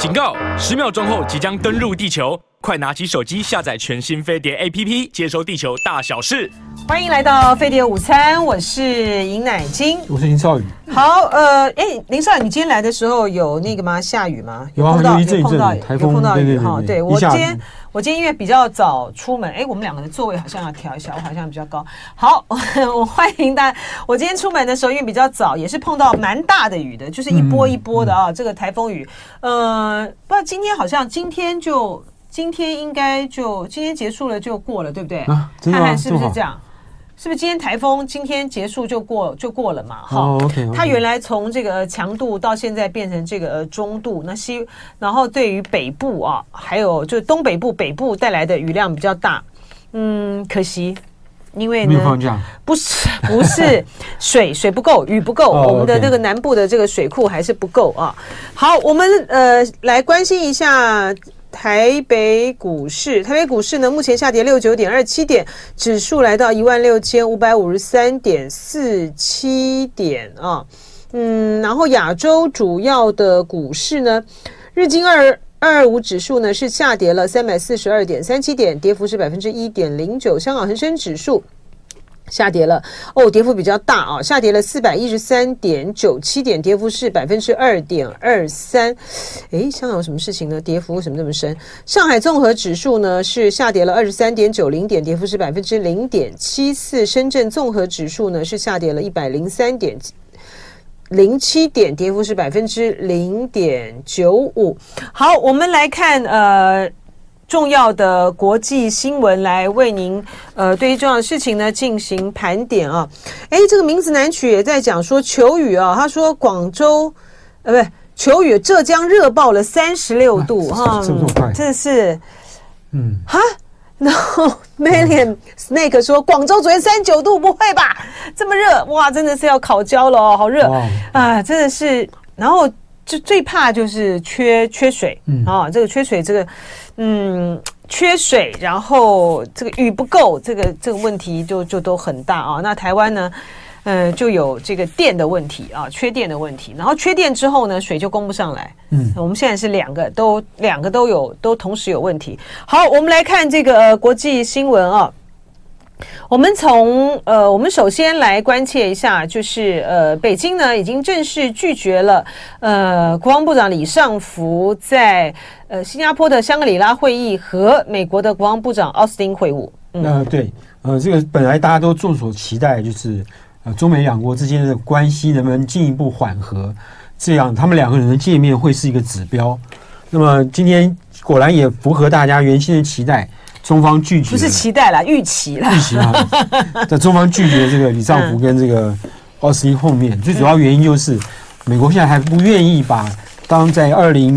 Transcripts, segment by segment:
警告！10秒钟后即将登陆地球，快拿起手机下载全新飞碟 APP， 接收地球大小事。 欢迎来到飞碟午餐，我是尹乃菁， 我是林少宇。 好，林少宇，你今天来的时候有那个吗？下雨吗？ 有啊，有一阵台风， 碰到雨哈。对，我今天因为比较早出门，我们两个的座位好像要调一下，我好像比较高。好，我欢迎大家。我今天出门的时候，因为比较早，也是碰到蛮大的雨的，就是一波一波的啊，这个台风雨。不知道今天好像今天应该就今天结束了就过了，对不对？看看是不是这样。是不是今天台风今天结束就过了嘛？哈、 OK， 它原来从这个强度到现在变成这个中度，然后对于北部啊，还有就东北部、北部带来的雨量比较大。可惜，因为呢， 没有放假， 不是水不够，雨不够，我们的这个南部的这个水库还是不够啊。好，我们来关心一下。台北股市呢，目前下跌69.27点，指数来到16553.47点啊。然后亚洲主要的股市呢，日经225指数呢是下跌了342.37点，跌幅是1.09%。香港恒生指数下跌了跌幅比较大啊，下跌了413.97点，跌幅是2.23%。香港有什么事情呢？跌幅为什么这么深？上海综合指数呢是下跌了23.90点，跌幅是0.74%。深圳综合指数呢是下跌了103.07点，跌幅是0.95%。好，我们来看重要的国际新闻，来为您对于重要的事情呢进行盘点啊。这个名字南曲也在讲说求雨啊，他说广州求雨，浙江热爆了36度哈， 这么快， 真的是然后 Million Snake 说广州昨天39度，不会吧？这么热，哇，真的是要烤焦了哦，好热啊，真的是。然后就最怕就是缺水这个缺水，缺水，然后这个雨不够，这个问题就都很大啊。那台湾呢，就有这个电的问题啊，缺电的问题。然后缺电之后呢，水就供不上来。我们现在是两个都都同时有问题。好，我们来看这个国际新闻啊。我们首先来关切一下，就是北京呢已经正式拒绝了国防部长李尚福在新加坡的香格里拉会议和美国的国防部长奥斯汀会晤。 对，这个本来大家都众所期待，就是中美两国之间的关系能不能进一步缓和，这样他们两个人的见面会是一个指标。那么今天果然也符合大家原先的期待。中方拒绝， 不是期待啦，预期啦。 在中方拒绝这个李尚福跟这个奥斯汀碰面，最主要原因就是美国现在还不愿意把当在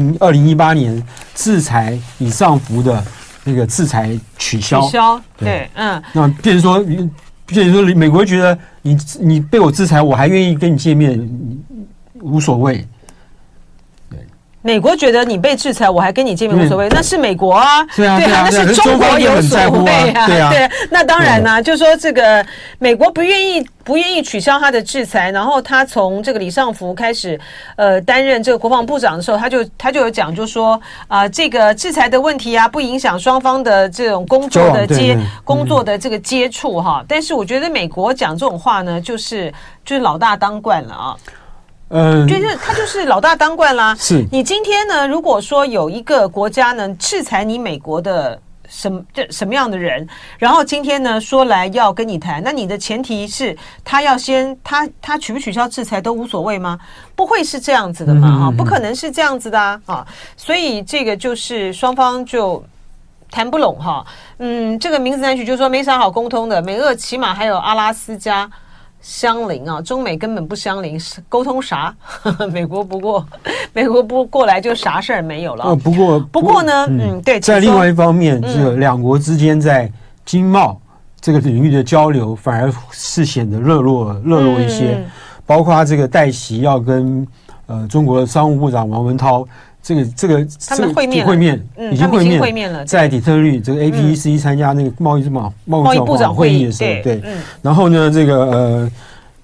2018年制裁李尚福的那个制裁取消。 对， 那变成说美国觉得你被我制裁，我还愿意跟你见面，无所谓。 美国觉得你被制裁，我还跟你见面无所谓，那是美国啊， 对啊， 那是中国有所谓啊，对啊，那当然啦，就说这个美国不愿意取消他的制裁，然后他从这个李尚福开始担任这个国防部长的时候，他就有讲，就说这个制裁的问题啊，不影响双方的这种工作的这个接触哈，但是我觉得美国讲这种话呢，就是老大当惯了啊。他就是老大当惯啦。 是你今天呢，如果说有一个国家呢制裁你美国的什么样的人，然后今天呢说来要跟你谈，那你的前提是他要先他取不取消制裁都无所谓吗？不会是这样子的嘛不可能是这样子的啊，所以这个就是双方就谈不拢哈。这个名字南曲就说没啥好沟通的，美俄起码还有阿拉斯加相邻啊，中美根本不相邻，沟通啥？美国不过来就啥事儿没有了。不过呢，对， 在另外一方面，这个两国之间在经贸这个领域的交流反而是显得热络一些，包括这个戴琪要跟中国的商务部长王文涛。这个他们会面已经会面了，在底特律这个 APEC 参加那个贸易部长会议的时候，对，然后呢，这个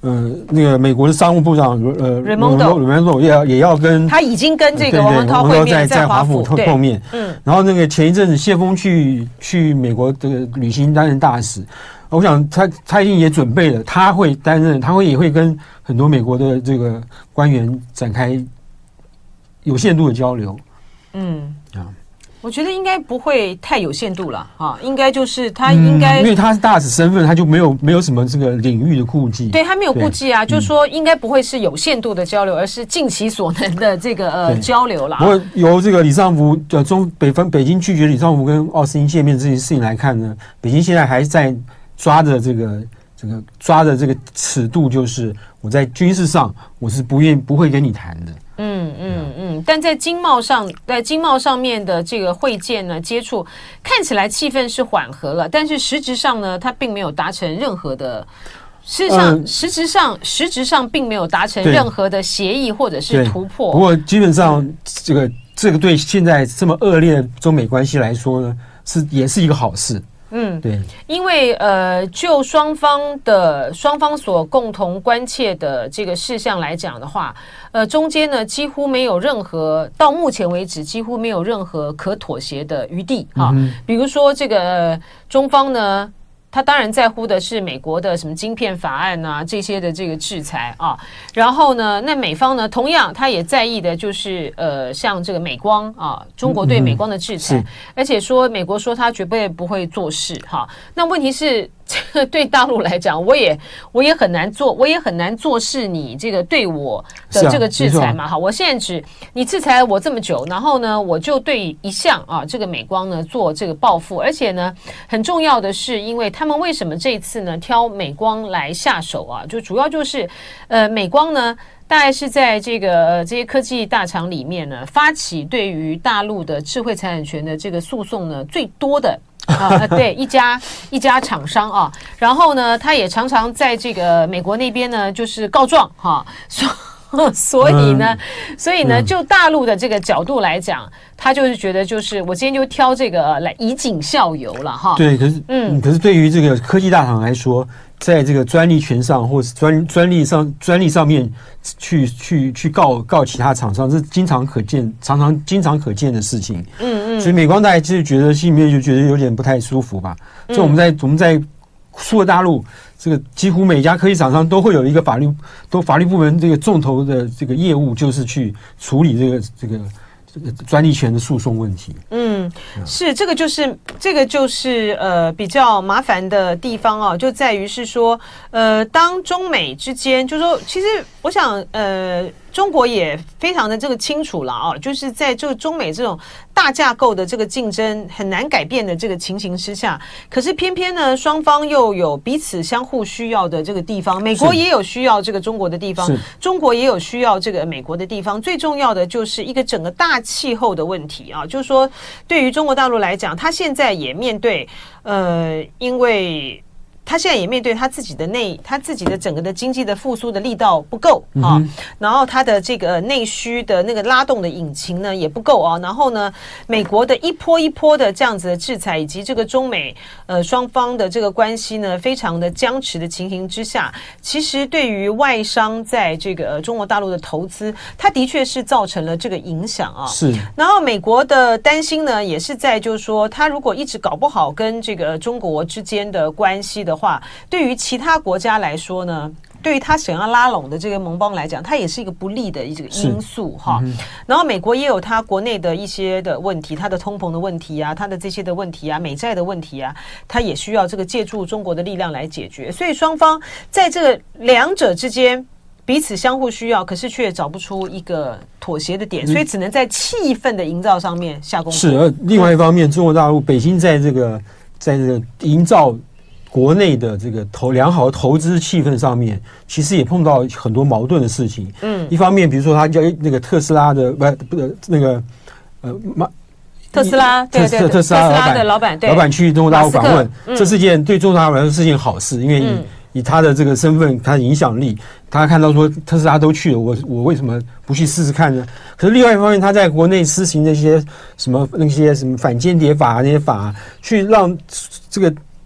那个美国的商务部长Raimondo 也要跟他已经跟这个王文涛会面，在华府碰面。然后那个前一阵子谢峰去美国这个旅行担任大使，我想他已经也准备了，他也会跟很多美国的这个官员展开有限度的交流。 我觉得应该不会太有限度了啊，应该就是他应该， 因为他是大使身份，他就没有什么这个领域的顾忌， 对他没有顾忌啊，就是说应该不会是有限度的交流，而是尽其所能的这个交流啦。 不过由这个李尚福北京拒绝李尚福跟奥斯汀见面这件事情来看呢，北京现在还在抓着这个尺度，就是我在军事上我是不会跟你谈的。 但在经贸上面的这个会见呢，接触看起来气氛是缓和了，但是实质上呢，它并没有达成任何的。事实上并没有达成任何的协议或者是突破。 不过基本上这个对现在这么恶劣的中美关系来说呢，也是一个好事。对， 因为就双方所共同关切的这个事项来讲的话，中间呢几乎没有任何，到目前为止几乎没有任何可妥协的余地啊。比如说这个中方呢，他当然在乎的是美国的什么晶片法案啊这些的这个制裁啊，然后呢，那美方呢同样他也在意的就是像这个美光啊，中国对美光的制裁，而且说美国说他绝对不会做事哈。那问题是这个对大陆来讲，我也很难做事，你这个对我的这个制裁嘛，好，我现在你制裁我这么久，然后呢，我就对一项啊这个美光呢做这个报复，而且呢，很重要的是，因为他们为什么这一次呢挑美光来下手啊？就主要就是美光呢。大概是在这些科技大厂里面呢，发起对于大陆的智慧财产权的这个诉讼呢最多的对一家厂商啊，然后呢，他也常常在这个美国那边呢就是告状哈，所以呢，就大陆的这个角度来讲，他就是觉得就是我今天就挑这个来以儆效尤了哈。 对，可是对于这个科技大厂来说，在这个专利权上或是专利上面去告其他厂商，这是经常可见的事情。所以美光大概就是觉得心里面就觉得有点不太舒服吧。所以我们在除了大陆，这个几乎每家科技厂商都会有一个法律部门这个重头的这个业务，就是去处理这个专利权的诉讼问题。是这个就是比较麻烦的地方啊，就在于是说当中美之间，就是说其实我想中国也非常的这个清楚了啊，就是在这个中美这种大架构的这个竞争很难改变的这个情形之下，可是偏偏呢双方又有彼此相互需要的这个地方，美国也有需要这个中国的地方，中国也有需要这个美国的地方，最重要的就是一个整个大气候的问题啊，就是说对于中国大陆来讲，他现在也面对因为他现在也面对他自己的整个的经济的复苏的力道不够啊，然后他的这个内需的那个拉动的引擎呢也不够啊，然后呢，美国的一波一波的这样子的制裁，以及这个中美双方的这个关系呢非常的僵持的情形之下，其实对于外商在这个中国大陆的投资，它的确是造成了这个影响啊。是，然后美国的担心呢也是在就是说，他如果一直搞不好跟这个中国之间的关系的话，对于其他国家来说呢，对于他想要拉拢的这个盟邦来讲，它也是一个不利的一个因素哈。然后美国也有它国内的一些的问题，它的通膨的问题啊，它的这些的问题啊，美债的问题啊，它也需要这个借助中国的力量来解决。所以双方在这个两者之间彼此相互需要，可是却找不出一个妥协的点，所以只能在气氛的营造上面下功夫。 是，另外一方面，中国大陆北京在这个营造国内的这个良好的投资气氛上面，其实也碰到很多矛盾的事情。一方面，比如说他叫那个特斯拉的那个特斯拉的老板去中国大陆访问，这是件对中国大陆来说是件好事，因为以他的这个身份，他的影响力，他看到说特斯拉都去了，我为什么不去试试看呢？可是另外一方面，他在国内施行那些什么反间谍法那些法，去让这个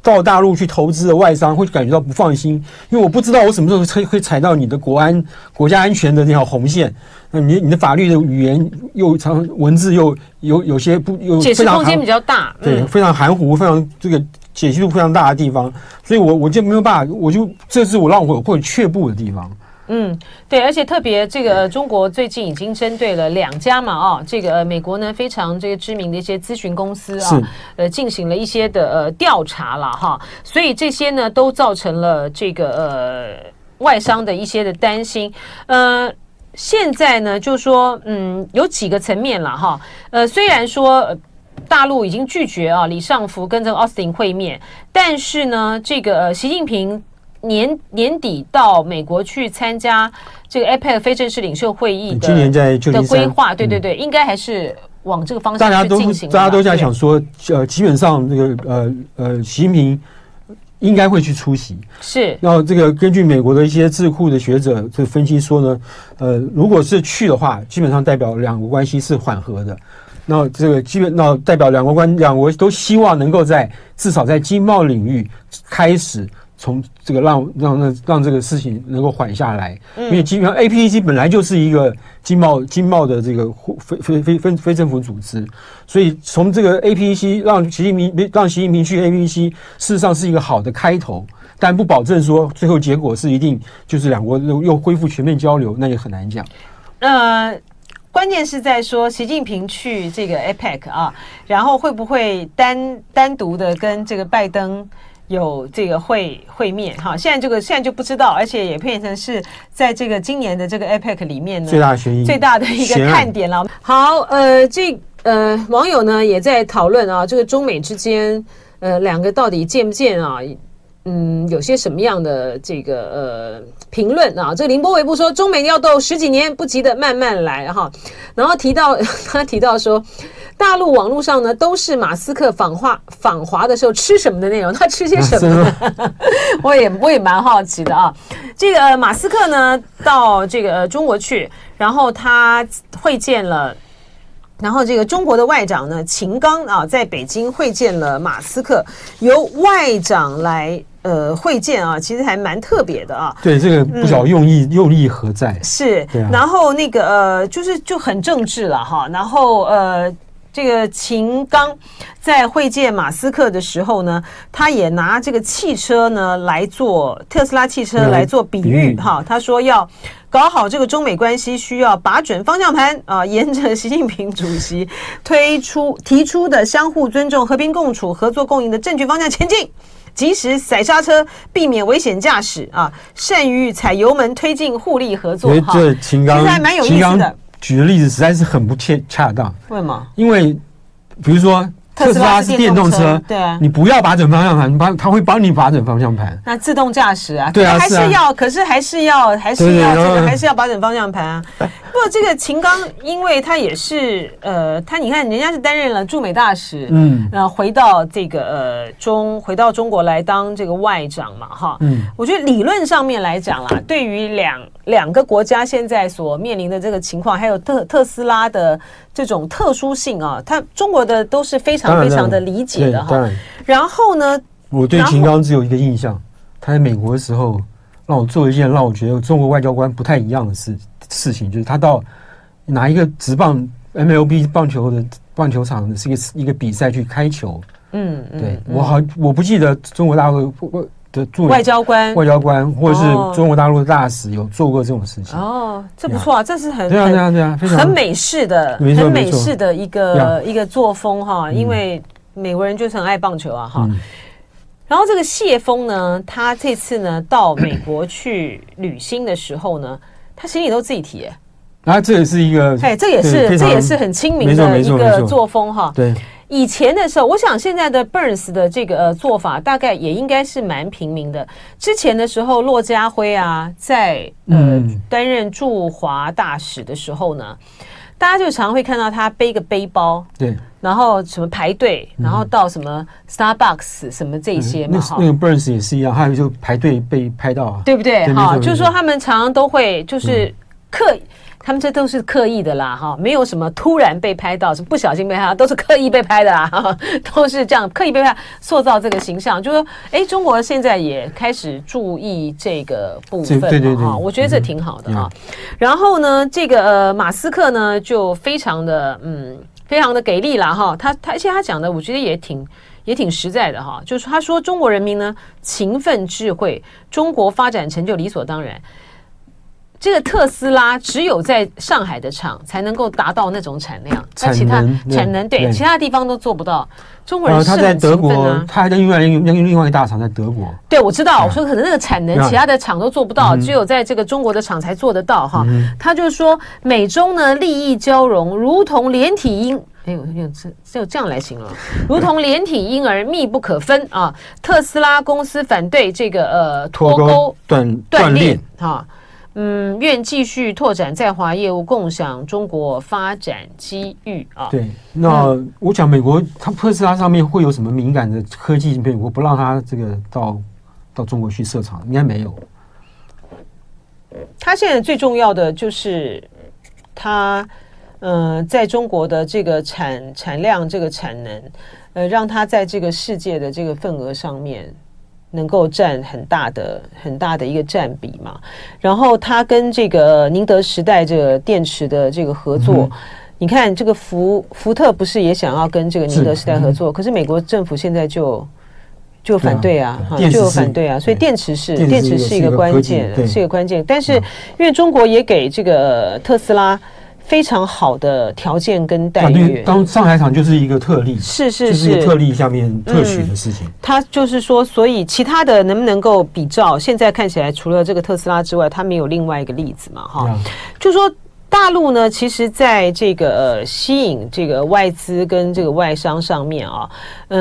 到大陆去投资的外商会感觉到不放心，因为我不知道我什么时候会踩到你的国家安全的那条红线。那你的法律的语言又文字又有些又解释空间比较大， 对，非常含糊，非常这个解析度非常大的地方，所以我就没有办法，这是让我会却步的地方。 对，而且特别这个中国最近已经针对了2家嘛，这个美国呢非常这个知名的一些咨询公司进行了一些的调查了哈，所以这些呢都造成了这个外商的一些的担心。现在呢就是说有几个层面了哈，虽然说大陆已经拒绝李尚福跟这个奥斯汀会面，但是呢这个习近平年底到美国去参加这个 APEC 非正式领袖会议的今年在旧金山的规划，对，应该还是往这个方向去进行。 大家都在想说，基本上这个习近平应该会去出席。是，然后这个根据美国的一些智库的学者这分析说呢，如果是去的话，基本上代表两国关系是缓和的。那这个那代表两国都希望能够至少在经贸领域开始。从这个让这个事情能够缓下来，因为基本上 APEC 本来就是一个经贸的这个非政府组织，所以从这个 APEC 让习近平去 APEC， 事实上是一个好的开头，但不保证说最后结果是一定就是两国又恢复全面交流，那也很难讲。 关键是在说习近平去这个 APEC 然后会不会单独的跟这个拜登有这个会面哈，现在就不知道，而且也变成是在这个今年的这个 APEC 里面呢最大的一个看点了。好，网友呢也在讨论这个中美之间两个到底见不见有些什么样的这个评论这个凌波微步说中美要斗10几年不急的慢慢来哈，然后他提到说大陆网络上呢都是马斯克访华的时候吃什么的内容，他吃些什么呢？我也蛮好奇的这个马斯克呢到这个中国去，然后他会见了。然后这个中国的外长呢秦刚在北京会见了马斯克，由外长来会见其实还蛮特别的对，这个不晓得用意何在？ 是，然后那个就很政治了哈，然后这个秦刚在会见马斯克的时候呢，他也拿这个汽车呢来做特斯拉汽车来做比喻哈，他说要搞好这个中美关系，需要把准方向盘沿着习近平主席提出的相互尊重、和平共处、合作共赢的正确方向前进，及时踩刹车，避免危险驾驶善于踩油门推进互利合作。 这秦刚其实还蛮有意思的。 举的例子实在是很不恰当。 为什么？ 因为比如说特斯拉是电动车， 对啊， 你不要把准方向盘，它会帮你把准方向盘。 那自动驾驶对啊， 还是要，可是还是要还是要把准方向盘不过这个秦刚，因为他也是你看人家是担任了驻美大使，回到这个回到中国来当这个外长嘛，哈，我觉得理论上面来讲啦，对于两个国家现在所面临的这个情况，还有特斯拉的这种特殊性他中国的都是非常非常的理解的哈。然后呢， 我对秦刚只有一个印象，他在美国的时候让我做一件让我觉得中国外交官不太一样的事情，就是他到拿一个职棒 MLB 棒球场的是一个比赛去开球。对，我不记得中国大陆的外交官或者是中国大陆的大使有做过这种事情。 这不错这是很对啊，非常很美式的很美式的一个作风哈，因为美国人就是很爱棒球哈。然后这个谢峰呢，他这次呢到美国去旅行的时候呢，他行李都自己提这也是一个这也是很亲民的一个作风哈。 对。 以前的时候，我想现在的 Burns 的这个做法大概也应该是蛮平民的。之前的时候，骆家辉在担任驻华大使的时候呢，大家就常会看到他背个背包， 对， 然后什么排队，然后到什么 Starbucks 什么这些嘛， 那个 Burns 也是一样，他就排队被拍到对不对？就是说他们常常都会就是他们这都是刻意的啦哈，没有什么突然被拍到，是不小心被拍到，都是刻意被拍的啦，都是这样刻意被拍，塑造这个形象，就说中国现在也开始注意这个部分， 对， 我觉得这挺好的哈。然后呢，这个马斯克呢就非常的给力啦哈，而且他讲的我觉得也挺实在的哈，就是他说中国人民呢勤奋智慧，中国发展成就理所当然。这个特斯拉只有在上海的厂才能够达到那种产量，那其他产能对其他地方都做不到。中国人是很勤奋啊， 他还在另外一个大厂在德国。 对，我知道，我说可能那个产能其他的厂都做不到，只有在这个中国的厂才做得到哈。他就说美中呢利益交融，如同连体婴。就这样来形容，如同连体婴儿密不可分啊！特斯拉公司反对这个脱钩断链哈。愿继续拓展在华业务，共享中国发展机遇啊。 对，那我讲美国，它特斯拉上面会有什么敏感的科技？美国不让它这个到中国去设厂，应该没有。 它现在最重要的就是它在中国的这个产量、这个产能，让它在这个世界的这个份额上面能够占很大的一个占比嘛。然后它跟这个宁德时代这个电池的这个合作，你看这个福特不是也想要跟这个宁德时代合作，可是美国政府现在就反对啊，就反对啊，所以电池是一个关键，是一个关键。但是因为中国也给这个特斯拉非常好的条件跟待遇， 当上海厂就是一个特例， 是就是一个特例下面特许的事情。 他就是说，所以其他的能不能够比照？现在看起来，除了这个特斯拉之外，它没有另外一个例子嘛，哈，就说。大陆呢，其实在这个吸引这个外资跟这个外商上面啊，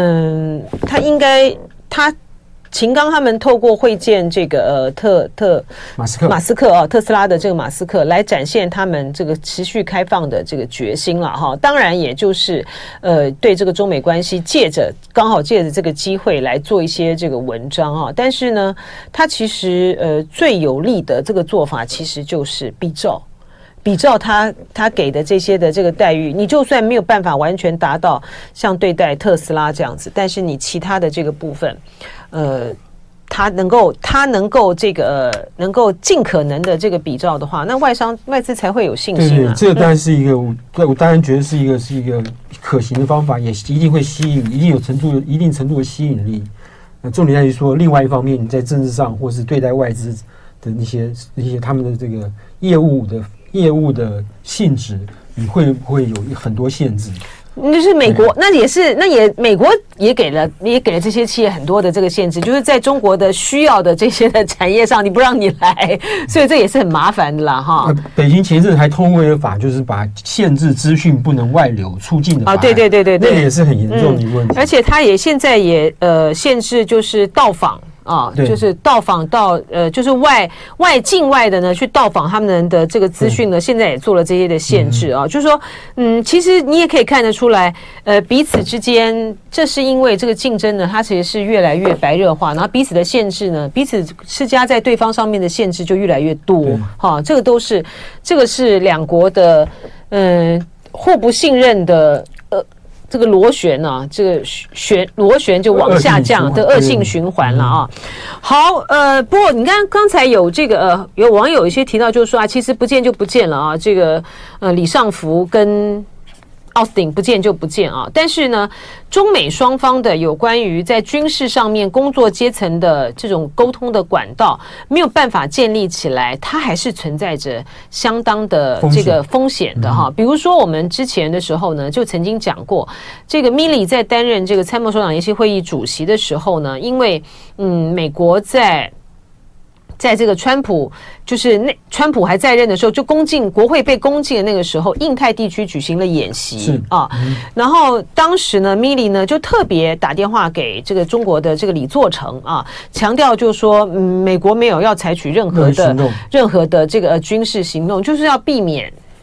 他秦刚他们透过会见这个马斯克啊，特斯拉的这个马斯克来展现他们这个持续开放的这个决心了哈。当然，也就是对这个中美关系刚好借着这个机会来做一些这个文章啊。但是呢，他其实最有利的这个做法，其实就是比照他给的这些的这个待遇，你就算没有办法完全达到像对待特斯拉这样子，但是你其他的这个部分，他能够这个能够尽可能的这个比照的话，那外资才会有信心啊。 对，这个当然是一个，我当然觉得是一个可行的方法，也一定会吸引，一定程度的吸引力。重点在于说，另外一方面，你在政治上或是对待外资的那些他们的这个业务的性质，你会不会有很多限制？ 就是美国，美国也给了这些企业很多的这个限制，就是在中国的需要的这些的产业上，你不让你来，所以这也是很麻烦的啦，哈。 北京前一阵还通过一个法，就是把限制资讯不能外流出境的法案。 对， 那也是很严重的一个问题。 而且它现在也限制就是到访。就是到访到就是境外的呢，去到访他们的这个资讯呢，现在也做了这些的限制啊。就是说，其实你也可以看得出来，彼此之间，这是因为这个竞争呢，它其实是越来越白热化，然后彼此的限制呢，彼此施加在对方上面的限制就越来越多。哈，这个是两国的互不信任的这个螺旋啊，这个螺旋就往下降的恶性循环了啊。好，不过你刚才有这个有网友一些提到，就是说啊，其实不见就不见了啊，这个李尚福跟奥斯汀不见就不见啊，但是呢，中美双方的有关于在军事上面工作阶层的这种沟通的管道没有办法建立起来，它还是存在着相当的这个风险的哈。比如说我们之前的时候呢，就曾经讲过，这个米里在担任这个参谋首长联席会议主席的时候呢，因为美国在这个川普还在任的时候，就国会被攻进的那个时候，印太地区举行了演习啊。然后当时呢，米里呢就特别打电话给这个中国的这个李作成啊，强调就是说，美国没有要采取任何的这个军事行动，就是要避免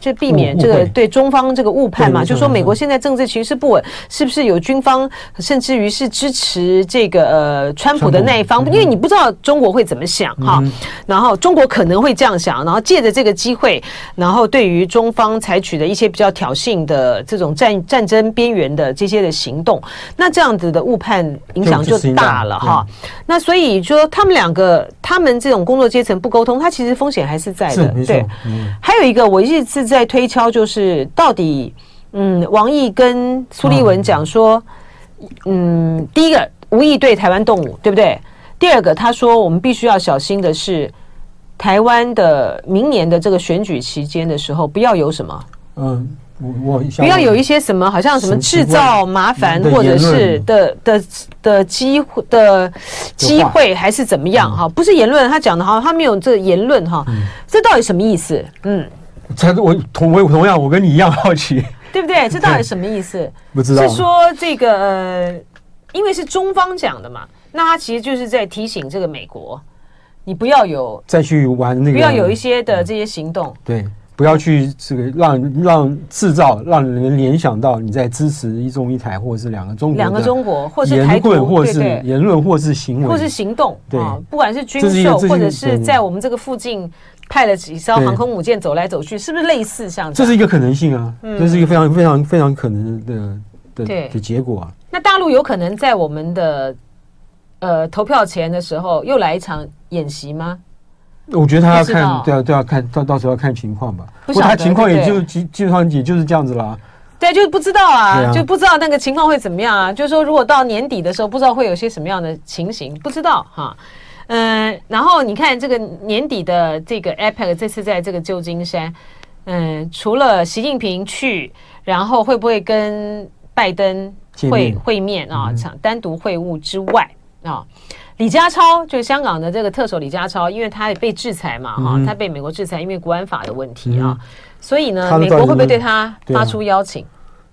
就避免这个对中方这个误判嘛，就说美国现在政治情势不稳，是不是有军方甚至于是支持这个川普的那一方？因为你不知道中国会怎么想哈，然后中国可能会这样想，然后借着这个机会，然后对于中方采取的一些比较挑衅的这种战争边缘的这些的行动，那这样子的误判影响就大了哈。那所以说他们这种工作阶层不沟通，它其实风险还是在的。对，还有一个我一直在推敲，就是到底王毅跟苏立文讲说，第一个无意对台湾动武，对不对？第二个他说我们必须要小心的是，台湾的明年的这个选举期间的时候，不要有什么不要有一些什么好像什么制造麻烦或者是的机会还是怎么样哈？不是言论，他讲的哈，他没有这个言论哈，这到底什么意思？ 我同样，我跟你一样好奇， 对不对？这到底什么意思？ 不知道。 是说这个因为是中方讲的嘛，那他其实就是在提醒这个美国，你不要有再去玩那个， 不要有一些的这些行动， 对。不要去这个让制造让人联想到你在支持一中一台或者是两个中国或是台独或是言论或是行为或是行动， 对， 不管是军售或者是在我们这个附近派了几艘航空母舰走来走去，是不是类似像这是一个可能性啊？这是一个非常非常非常可能的结果啊。 那大陆有可能在我们的投票前的时候又来一场演习吗？ 我觉得他要看，对要看，到时候要看情况吧。不过他情况也就是这样子啦。 对，就是不知道啊，就不知道那个情况会怎么样啊。就是说，如果到年底的时候，不知道会有些什么样的情形，不知道哈。然后你看这个年底的这个 APEC 这次在这个旧金山，除了习近平去，然后会不会跟拜登会面啊，单独会晤之外啊。李家超就是香港的这个特首李家超，因为他也被制裁嘛，他被美国制裁，因为国安法的问题啊，所以呢，美国会不会对他发出邀请？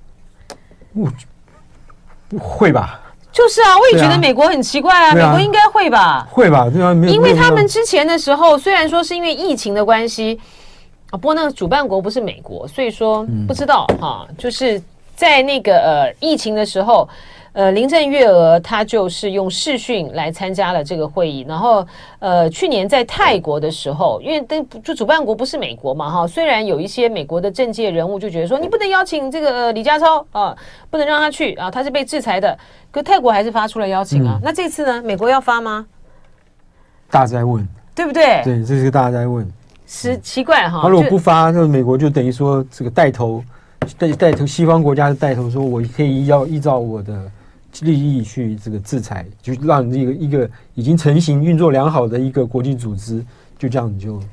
会吧？ 就是啊，我也觉得美国很奇怪啊，美国应该会吧？ 会吧？对啊， 因为他们之前的时候，虽然说是因为疫情的关系不过那个主办国不是美国，所以说不知道哈，就是在那个疫情的时候。林郑月娥她就是用视讯来参加了这个会议，然后去年在泰国的时候，因为就主办国不是美国嘛哈，虽然有一些美国的政界人物就觉得说你不能邀请这个李家超啊，不能让他去啊，他是被制裁的，可泰国还是发出了邀请啊。那这次呢，美国要发吗？ 大哉问， 对不对？ 对，这是个大哉问， 是奇怪哈。 他如果不发，那美国就等于说这个带头西方国家的带头说，我可以依照我的利益去这个制裁，就让一个已经成型运作良好的一个国际组织，就这样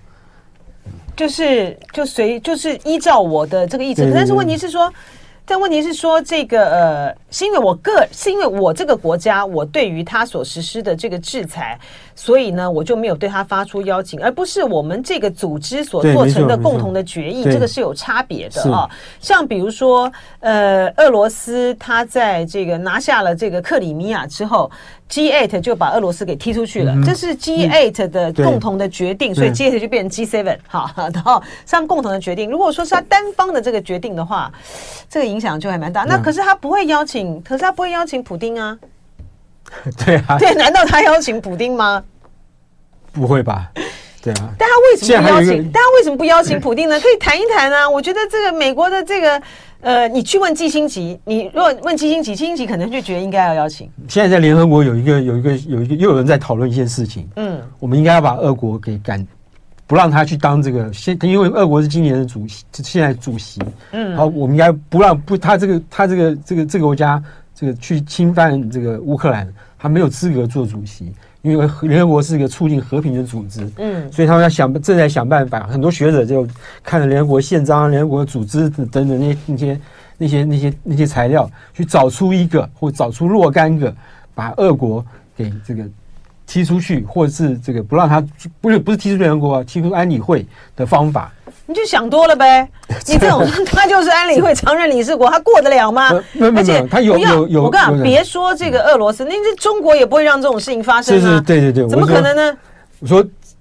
就是依照我的这个意思。但是问题是说，这个是因为我这个国家，我对于他所实施的这个制裁，所以呢，我就没有对他发出邀请，而不是我们这个组织所做成的共同的决议，这个是有差别的啊。像比如说，俄罗斯他在这个拿下了这个克里米亚之后。G8 就把俄罗斯给踢出去了，这是 G8 的共同的决定，所以 G8 就变成 G7， 好，然后是他们共同的决定。如果说是他单方的这个决定的话，这个影响就还蛮大。那可是他不会邀请普丁啊？ 对啊， 对，难道他邀请普丁吗？ 不会吧？对啊， 但他为什么不邀请普丁呢？可以谈一谈啊。我觉得这个美国的这个。你去问基辛吉，你如果问基辛吉可能就觉得应该要邀请。 现在在联合国有一个又有人在讨论一件事情，我们应该要把俄国给不让他去当这个，因为俄国是今年的现在主席，好，我们应该他这个国家这个去侵犯这个乌克兰，他没有资格做主席。因为联合国是一个促进和平的组织，所以他们正在想办法。很多学者就看了联合国宪章、联合国组织等等那些材料，去找出若干个把俄国给这个踢出去，或者是这个不让他不是踢出联合国，踢出安理会的方法。 你就想多了呗，你这种他就是安理会常任理事国，他过得了吗？ 而且他有， 我跟你讲，别说这个俄罗斯，那中国也不会让这种事情发生啊。 对， 怎么可能呢？ 我说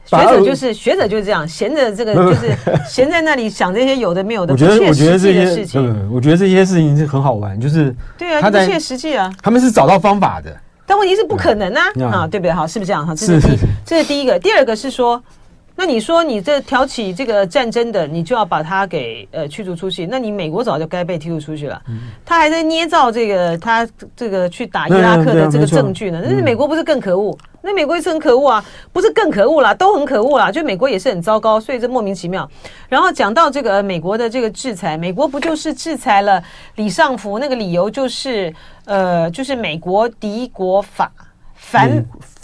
学者就是这样，闲着这个就是闲在那里想这些有的没有的不切实际的事情。 我觉得这些事情是很好玩，就是对啊，不切实际啊。 他们是找到方法的， 但问题是不可能啊，对不对？好，是不是这样？好，这是第一个。第二个是说，那你说你这挑起这个战争的，你就要把他给驱逐出去，那你美国早就该被踢出去了。他还在捏造这个他这个去打伊拉克的这个证据呢。但是美国不是更可恶？那美国也是很可恶啊，不是更可恶啦，都很可恶啦。就美国也是很糟糕，所以这莫名其妙。然后讲到这个美国的这个制裁，美国不就是制裁了李尚福？那个理由就是就是美国敌国法反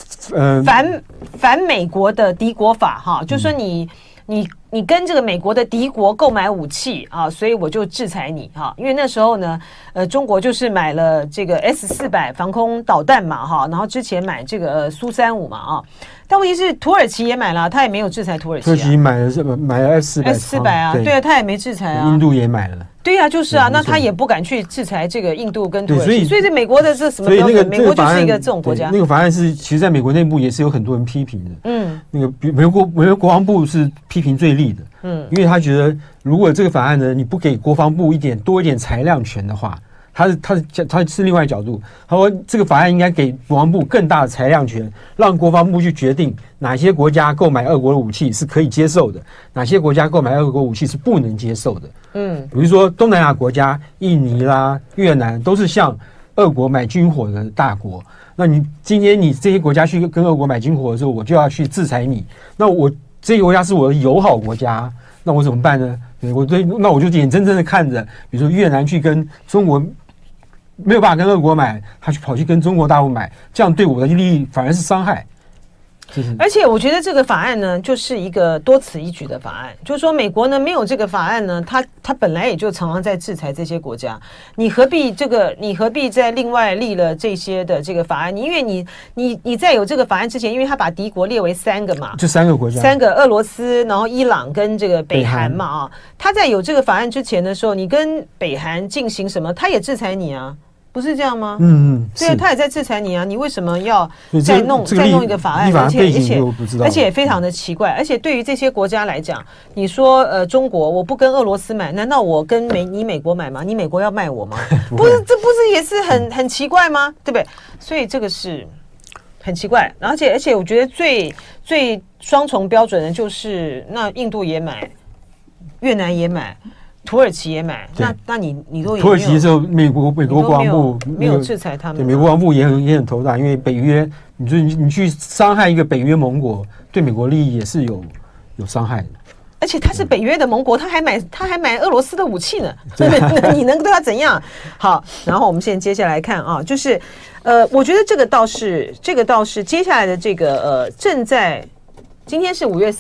美国的敌国法哈，就说你跟这个美国的敌国购买武器啊，所以我就制裁你哈。因为那时候呢，中国就是买了这个 S-400防空导弹嘛哈，然后之前买这个苏35嘛啊。但问题是土耳其也买了，他也没有制裁土耳其。 土耳其买了 S-400 啊，对啊，他也没制裁啊。 印度也买了。 对啊，就是啊，那他也不敢去制裁这个印度跟土耳其，所以这美国的这什么标准？美国就是一个这种国家。 那个法案是，其实在美国内部也是有很多人批评的。那个美国国防部是批评最厉的。因为他觉得如果这个法案呢，你不给国防部多一点裁量权的话，他是另外角度。他说这个法案应该给国防部更大的裁量权，让国防部去决定哪些国家购买俄国的武器是可以接受的，哪些国家购买俄国武器是不能接受的。比如说东南亚国家，印尼啦、越南都是向俄国买军火的大国。那你今天你这些国家去跟俄国买军火的时候，我就要去制裁你。那我这些国家是我的友好国家，那我怎么办呢？那我就眼睁睁的看着，比如说越南去跟中国没有办法跟俄国买，他跑去跟中国大陆买，这样对我的利益反而是伤害。 而且我觉得这个法案呢，就是一个多此一举的法案，就是说美国呢没有这个法案呢，他本来也就常常在制裁这些国家，你何必再另外立了这些的这个法案？因为你在有这个法案之前，因为他把敌国列为3个嘛， 就3个国家 ，3个俄罗斯，然后伊朗跟这个北韩嘛啊，他在有这个法案之前的时候，你跟北韩进行什么，他也制裁你啊。不是这样吗？对啊，他也在制裁你啊！你为什么要再弄一个法案？而且非常的奇怪。而且对于这些国家来讲，你说中国我不跟俄罗斯买，难道我跟你美国买吗？你美国要卖我吗？不是，这不是也是很奇怪吗？对不对？所以这个是很奇怪。而且我觉得最双重标准的就是那印度也买，越南也买。土耳其也买，那你都土耳其的时候，美国国防部没有制裁他们， 对，美国国防部也很头大，因为北约，你去伤害一个北约盟国，对美国利益也是有伤害的。 而且他是北约的盟国，他还买俄罗斯的武器呢，那你能对他怎样？好，然后我们现在接下来看啊，就是我觉得这个倒是接下来的这个正在。今天是5月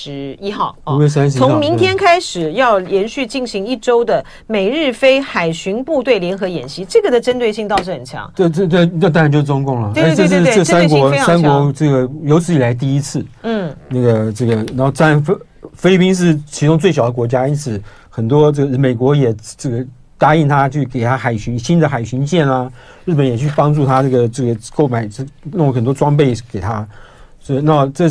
31号 ，5月31号， 从明天开始要连续进行1周的美日菲海巡部队联合演习，这个的针对性倒是很强。 这当然就是中共了。 对， 这三国这个有史以来第一次。然后菲律宾是其中最小的国家，因此很多这个美国也这个答应他去给他新的海巡舰啊，日本也去帮助他这个购买弄很多装备给他。所以，那这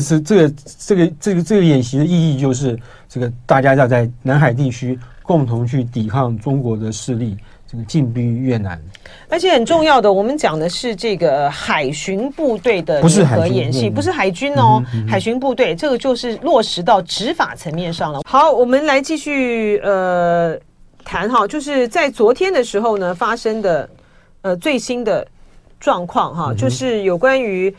个演习的意义就是这个大家要在南海地区共同去抵抗中国的势力，这个进逼越南。 而且很重要的，我们讲的是这个海巡部队的联合演习，不是海军哦，海巡部队这个就是落实到执法层面上了。好，我们来继续谈哈，就是在昨天的时候呢发生的最新的状况哈，就是有关于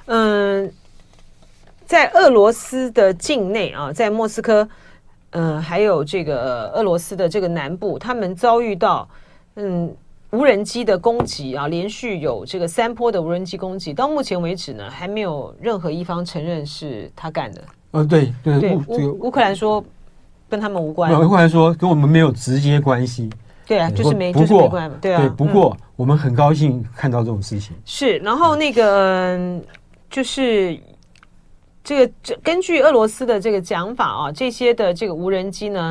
在俄罗斯的境内啊，在莫斯科还有这个俄罗斯的这个南部，他们遭遇到无人机的攻击啊，连续有这个3波的无人机攻击，到目前为止呢，还没有任何一方承认是他干的。 对， 乌克兰说跟他们无关， 乌克兰说跟我们没有直接关系。 对啊，就是没关嘛，对啊。 对，不过我们很高兴看到这种事情。 是，然后那个就是这个根据俄罗斯的这个讲法啊，这些的这个无人机呢，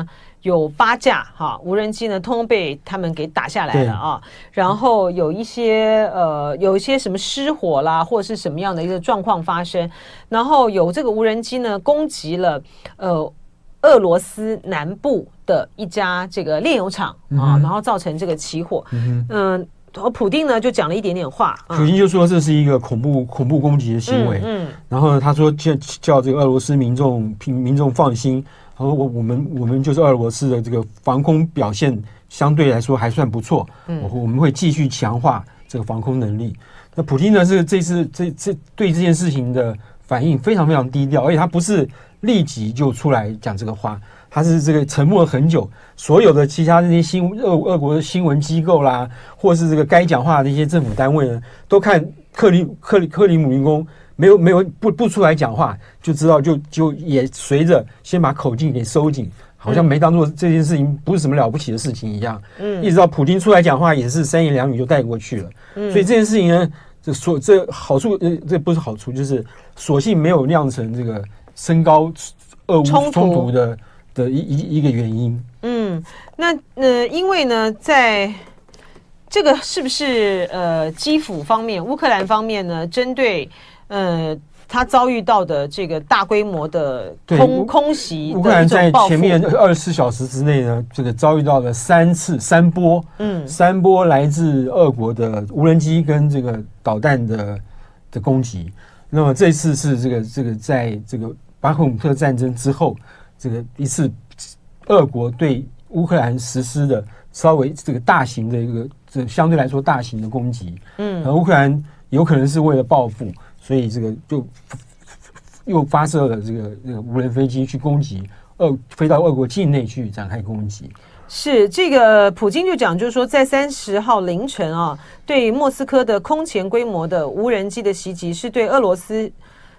有8架无人机呢，通通被他们给打下来了啊。然后有一些什么失火啦，或者是什么样的一个状况发生，然后有这个无人机呢攻击了俄罗斯南部的一家这个炼油厂然后造成这个起火。普丁呢就讲了一点点话， 普丁就说这是一个恐怖攻击的行为，然后他说叫这个俄罗斯民众放心，他说我们就是俄罗斯的这个防空表现相对来说还算不错，我们会继续强化这个防空能力。那普丁呢这次对这件事情的反应非常非常低调，而且他不是立即就出来讲这个话，他是这个沉默了很久，所有的其他那些俄国的新闻机构啦，或是这个该讲话的那些政府单位呢，都看克里姆林宫没有不出来讲话，就知道就也随着先把口径给收紧，好像没当做这件事情不是什么了不起的事情一样。一直到普丁出来讲话，也是3言2语就带过去了。所以这件事情呢，这好处这不是好处，就是所幸没有酿成这个升高俄乌冲突的一个原因。 那因为呢，在这个是不是基辅方面、乌克兰方面呢，针对他遭遇到的这个大规模的空袭的一种报复， 乌克兰在前面24小时之内呢，这个遭遇到了三波来自俄国的无人机跟这个导弹的攻击。那么这次是这个在这个巴赫姆特战争之后，这个一次俄国对乌克兰实施的稍微这个大型的一个相对来说大型的攻击。乌克兰有可能是为了报复，所以这个就又发射了这个无人飞机去攻击飞到俄国境内去展开攻击。 是这个普京就讲，就是说在30号凌晨对莫斯科的空前规模的无人机的袭击是对俄罗斯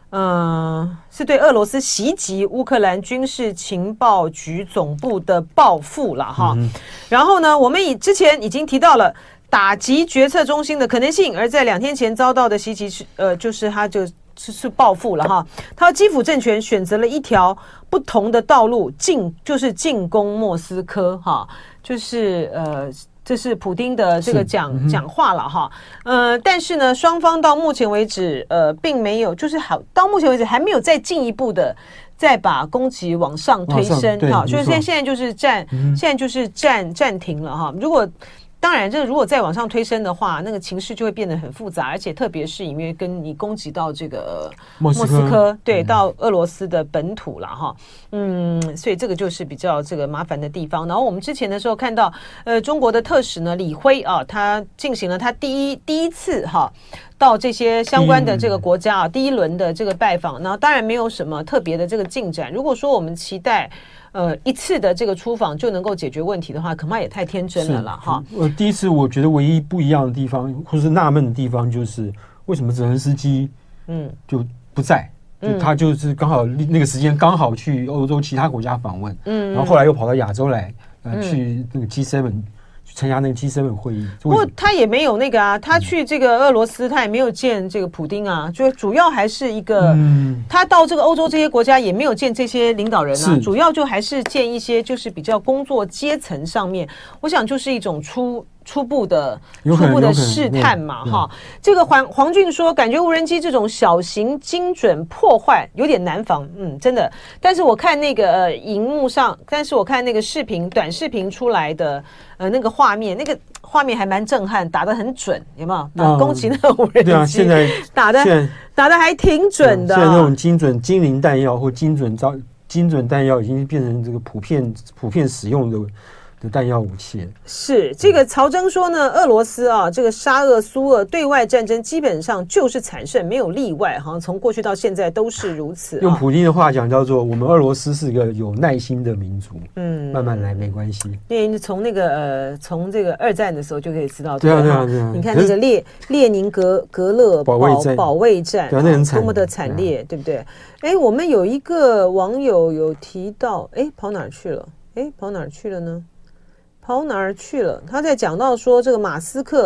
袭击乌克兰军事情报局总部的报复了然后呢，我们之前已经提到了打击决策中心的可能性，而在2天前遭到的袭击就是他就是报复了他说基辅政权选择了一条不同的道路就是进攻莫斯科就是这是普丁的这个讲话了但是呢，双方到目前为止并没有，就是到目前为止还没有再进一步的再把攻击往上推升所以现在就是暂停了当然，这个如果再往上推升的话，那个情势就会变得很复杂，而且特别是因为跟你攻击到这个莫斯科，对，到俄罗斯的本土了所以这个就是比较这个麻烦的地方。然后我们之前的时候看到，中国的特使呢李辉他进行了他第一次到这些相关的这个国家第一轮的这个拜访，然后当然没有什么特别的这个进展。如果说我们期待一次的这个出访就能够解决问题的话，恐怕也太天真了啦第一次我觉得唯一不一样的地方，或是纳闷的地方，就是为什么泽连斯基就不在，就他就是刚好那个时间刚好去欧洲其他国家访问，然后后来又跑到亚洲来去那个 G7。参加那个 G7 会议， 不过他也没有那个他去这个俄罗斯，他也没有见这个普丁就主要还是一个，他到这个欧洲这些国家也没有见这些领导人主要就还是见一些就是比较工作阶层上面，我想就是一种初步的试探嘛这个黄俊说，感觉无人机这种小型精准破坏有点难防，真的。但是我看那个荧幕上，但是我看那个短视频出来的那个画面还蛮震撼，打得很准，有没有？攻击那个无人机， 对现在打得还挺准的。 现在那种精灵弹药或精准弹药已经变成这个普遍使用的弹药武器。 是这个曹征说呢，俄罗斯这个沙俄苏俄对外战争基本上就是惨胜，没有例外，好像从过去到现在都是如此。 用普丁的话讲，叫做我们俄罗斯是个有耐心的民族，慢慢来没关系。 因为从这个二战的时候就可以知道， 对啊， 你看那个列宁格勒保卫战， 那很惨， 多么的惨烈，对不对？我们有一个网友有提到，跑哪儿去了？跑哪儿去了呢？他在讲到说，这个马斯克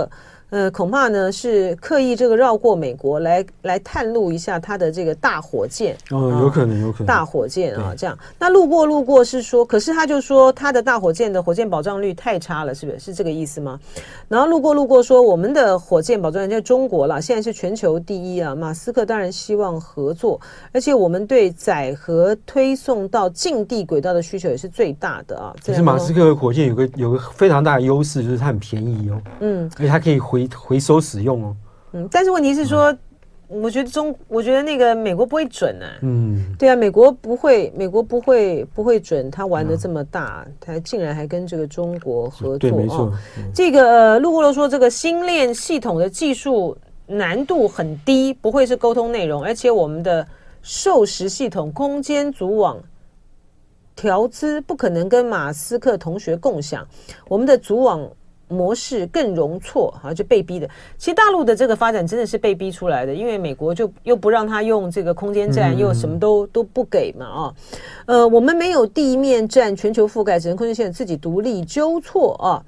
恐怕呢是刻意这个绕过美国来探路一下他的这个大火箭。 有可能大火箭啊，这样。那路过是说，可是他就说他的大火箭的火箭保障率太差了，是不是？是这个意思吗？然后路过说，我们的火箭保障率在中国啦，现在是全球第一啊。马斯克当然希望合作，而且我们对载荷推送到近地轨道的需求也是最大的啊。 可是马斯克的火箭有个非常大的优势，就是它很便宜哦，而且它可以回收使用哦， 但是问题是说，我觉得那个美国不会准啊，对啊，美国不会准，他玩的这么大，他竟然还跟这个中国合作， 对，没错。 这个路过了说，这个星链系统的技术难度很低，不会是沟通内容，而且我们的授时系统空间组网调资不可能跟马斯克同学共享，我们的组网模式更容错，就被逼的。其实大陆的这个发展真的是被逼出来的，因为美国就又不让他用这个空间站，又什么都不给嘛我们没有地面站全球覆盖，只能空间线自己独立纠错啊。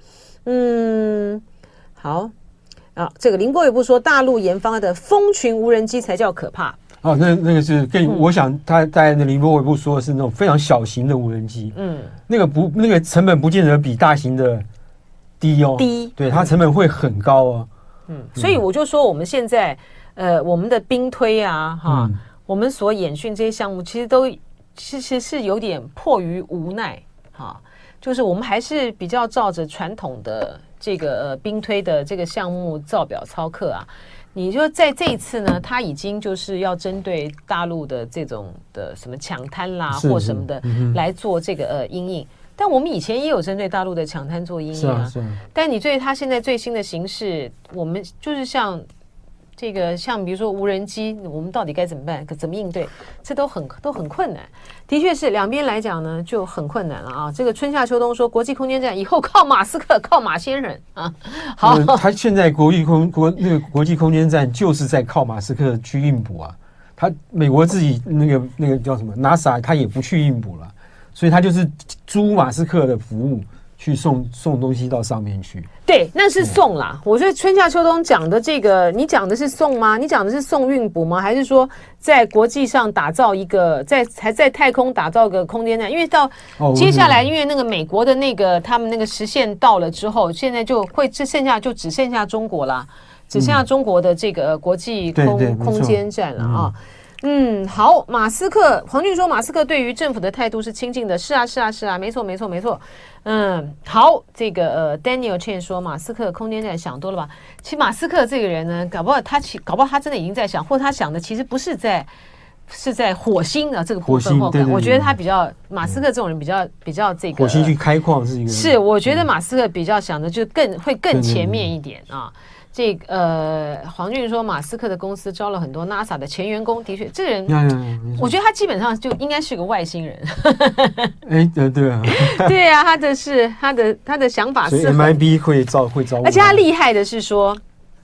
好啊，这个林国宇部说，大陆研发的蜂群无人机才叫可怕。 那个是我想他在那林波微部说的是那种非常小型的无人机，那个成本不见得比大型的低哦，对，它成本会很高哦， 所以我就说我们现在我们的兵推啊我们所演训这些项目其实是有点迫于无奈就是我们还是比较照着传统的这个兵推的这个项目照表操课啊。你就在这一次呢，他已经就是要针对大陆的这种的什么抢滩啦或什么的来做这个因应。但我们以前也有针对大陆的抢滩做因应啊。但你对他现在最新的形势，我们就是像比如说无人机，我们到底该怎么办？怎么应对？这都很困难。的确是两边来讲呢，就很困难了啊。这个春夏秋冬说国际空间站以后靠马斯克，靠马先生啊。好， 他现在国际空间站就是在靠马斯克去运补啊。他美国自己那个叫什么 NASA， 他也不去运补了，所以他就是租马斯克的服务。去送东西到上面去， 对，那是送啦。我觉得春夏秋冬讲的这个，你讲的是送吗？你讲的是送运补吗？还是说在国际上打造一个，还在太空打造个空间站？因为到接下来，因为那个美国的那个他们那个时限到了之后，现在就会只剩下中国啦，只剩下中国的这个国际空间站了啊。好，马斯克，黄俊说马斯克对于政府的态度是亲近的，是啊，没错。好，这个Daniel Chen 说马斯克空间站想多了吧？其实马斯克这个人呢，搞不好他真的已经在想，或者他想的其实不是在火星的这个部分。我觉得他比较马斯克这种人比较这个火星去开矿是一个是，我觉得马斯克比较想的就会更前面一点啊。这个黄俊说，马斯克的公司招了很多 NASA 的前员工，的确，这个人，我觉得他基本上就应该是个外星人。 对啊， 对啊，他的想法是 MIB 会招， 而且他厉害的是说，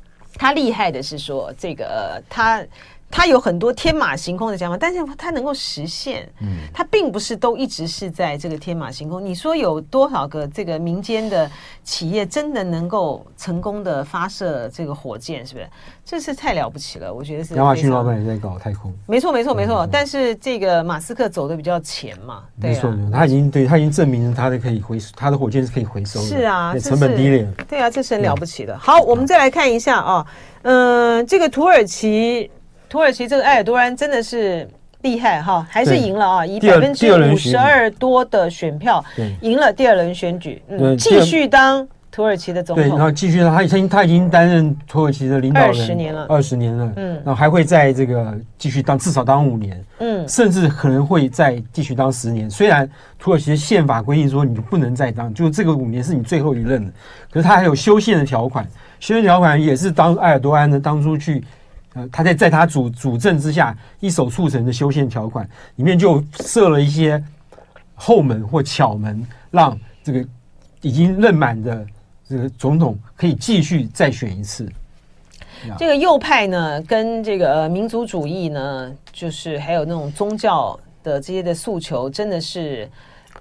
这个他有很多天马行空的想法，但是他能够实现，他并不是都一直是在这个天马行空。你说有多少个这个民间的企业真的能够成功的发射这个火箭，是不是？这是太了不起了，我觉得是。 亚马逊老板也在搞太空， 没错。但是这个马斯克走的比较前嘛，对啊， 他已经证明了他的火箭是可以回收的， 是啊， 成本低廉， 对啊，这是很了不起的。好，我们再来看一下啊，这个土耳其这个埃尔多安真的是厉害哈，还是赢了啊，以52%多的选票赢了第二轮选举，继续当土耳其的总统。 对，然后继续他已经担任土耳其的领导人20年了，然后还会在这个继续至少当5年，甚至可能会再继续当10年。虽然土耳其的宪法规定说你不能再当，就这个5年是你最后一任的，可是他还有修宪的条款，修宪条款也是当埃尔多安呢当初去。他在他主政之下一手促成的修宪条款里面就设了一些后门或巧门，让这个已经任满的这个总统可以继续再选一次。 这个右派呢，跟这个民族主义呢，就是还有那种宗教的这些的诉求，真的是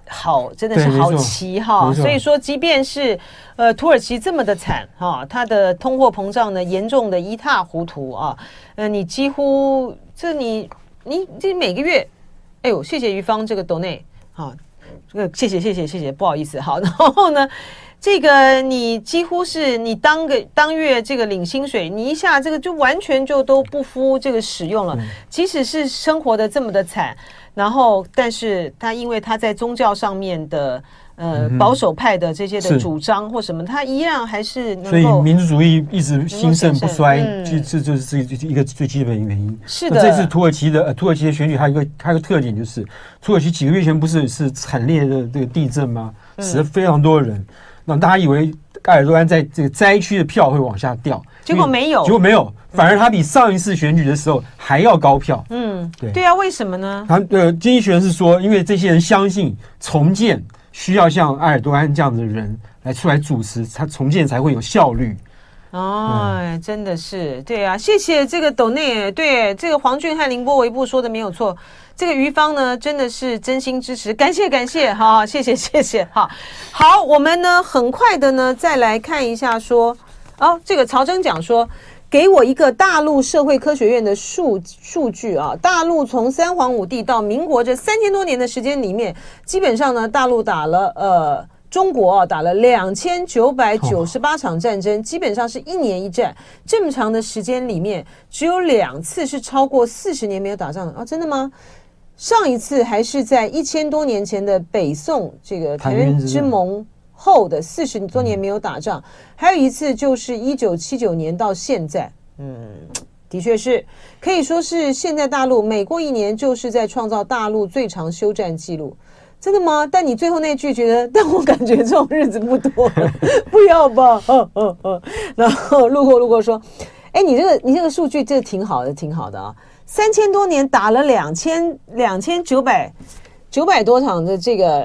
好，真的是好棋哈。所以说，即便是土耳其这么的惨哈，它的通货膨胀呢严重的一塌糊涂啊，你几乎你这每个月，哎呦，谢谢于芳这个donate好，这个谢谢，不好意思，好，然后呢。这个你几乎是你当月这个领薪水，你一下这个就完全就都不敷这个使用了。即使是生活的这么的惨，然后但是他因为他在宗教上面的保守派的这些的主张或什么，他一样还是能够。 所以民族主义一直兴盛不衰，这就是一个最基本的原因。 是的， 这次土耳其的选举，还有一个特点就是，土耳其几个月前不是惨烈的这个地震吗？死了非常多人。让大家以为埃尔多安在这个灾区的票会往下掉， 结果没有， 反而他比上一次选举的时候还要高票。 对啊，为什么呢？ 经济学人是说，因为这些人相信重建需要像埃尔多安这样的人出来主持，他重建才会有效率。 真的是对啊，谢谢这个斗内，对这个黄俊和凌波微步说的没有错。这个于芳呢，真的是真心支持，感谢，好，谢谢，好，我们呢很快的呢再来看一下说，这个曹征讲说，给我一个大陆社会科学院的数据啊，大陆从三皇五帝到民国这3000多年的时间里面，基本上呢，大陆打了中国打了2998场战争，基本上是1年1战，这么长的时间里面，只有2次是超过40年没有打仗的真的吗？上一次还是在1000多年前的北宋这个澶渊之盟后的40多年没有打仗，还有一次就是1979年到现在，的确是可以说是现在大陆每过1年就是在创造大陆最长休战记录。真的吗？但你最后那句觉得，但我感觉这种日子不多了，不要吧。然后路过说，你这个数据这挺好的啊，3000多年打了2900多场的这个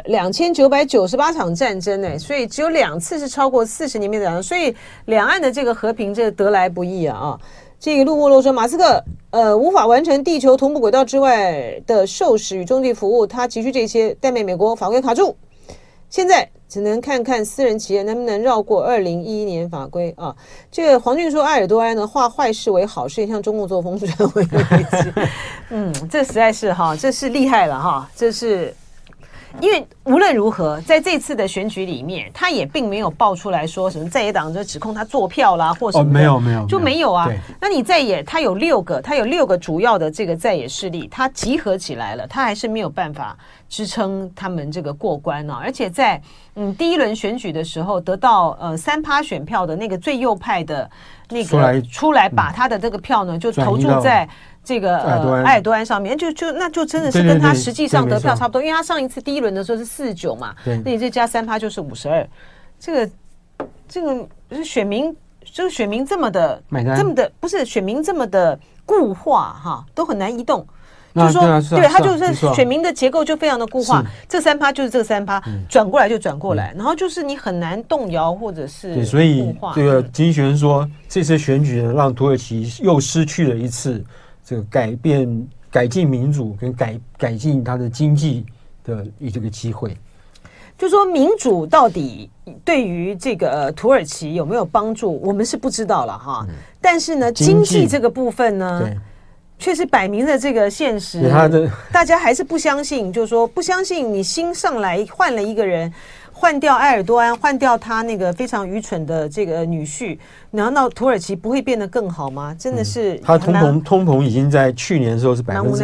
2998场战争所以只有2次是超过40年没打仗，所以两岸的这个和平这得来不易啊。这个路莫洛说，马斯克无法完成地球同步轨道之外的授时与中继服务，他急需这些，但被美国法规卡住，现在只能看看私人企业能不能绕过2011年法规啊。这个黄俊说，埃尔多安呢化坏事为好事，向中共作风转为危机。这实在是这是厉害了这是。因为无论如何，在这次的选举里面，他也并没有爆出来说什么在野党就指控他作票啦，或什么的没有， 就没有啊。那你在野，他有6个主要的这个在野势力，他集合起来了，他还是没有办法支撑他们这个过关而且在第一轮选举的时候，得到3%选票的那个最右派的那个出来把他的这个票呢，就投注在。这个埃尔多安上面那就真的是跟他实际上得票差不多，因为他上一次第一轮的时候是49嘛，那你再加3%就是52，这个选民就是选民这么的不是选民这么的固化都很难移动。就是说，对，他就是选民的结构就非常的固化，这3%就是这个3%，转过来就转过来，然后就是你很难动摇或者是固化。 对，所以这个经济学人说，这次选举呢，让土耳其又失去了一次。这个改进民主跟改进它的经济的这个机会， 就说民主到底对于这个土耳其有没有帮助，我们是不知道了但是呢，经济这个部分呢，确实摆明了这个现实，大家还是不相信，就是说不相信你新上来换了一个人。换掉埃尔多安，换掉他那个非常愚蠢的这个女婿，难道土耳其不会变得更好吗？真的是， 他通膨已经在去年的时候是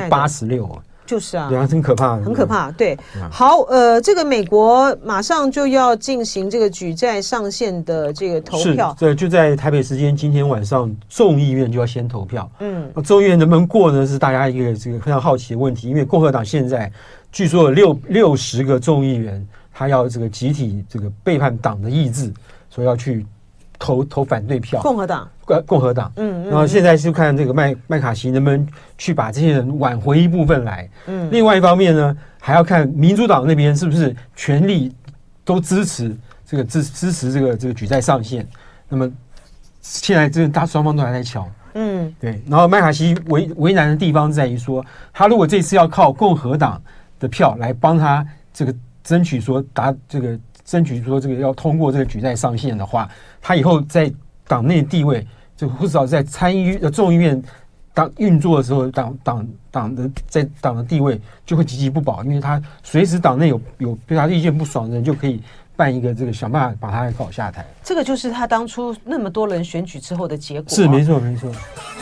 86% 就是啊， 很可怕， 很可怕。对，好，这个美国马上就要进行这个举债上限的这个投票， 对，就在台北时间今天晚上，众议院就要先投票。众议院能不能过呢？是大家一个这个非常好奇的问题，因为共和党现在据说有60个众议员。他要这个集体这个背叛党的意志，所以要去投反对票。共和党，然后现在是看这个麦卡锡能不能去把这些人挽回一部分来。另外一方面呢，还要看民主党那边是不是全力都支持这个支持这个举债上限。那么现在这个双方都还在瞧。对。然后麦卡锡为难的地方在于说，他如果这次要靠共和党的票来帮他这争取说这个要通过这个举债上限的话，他以后在党内地位，就至少在众议院运作的时候，党的地位就会岌岌不保，因为他随时党内有对他意见不爽的人就可以办一个这个想办法把他搞下台。 这个就是他当初那么多人选举之后的结果。 是没错没错。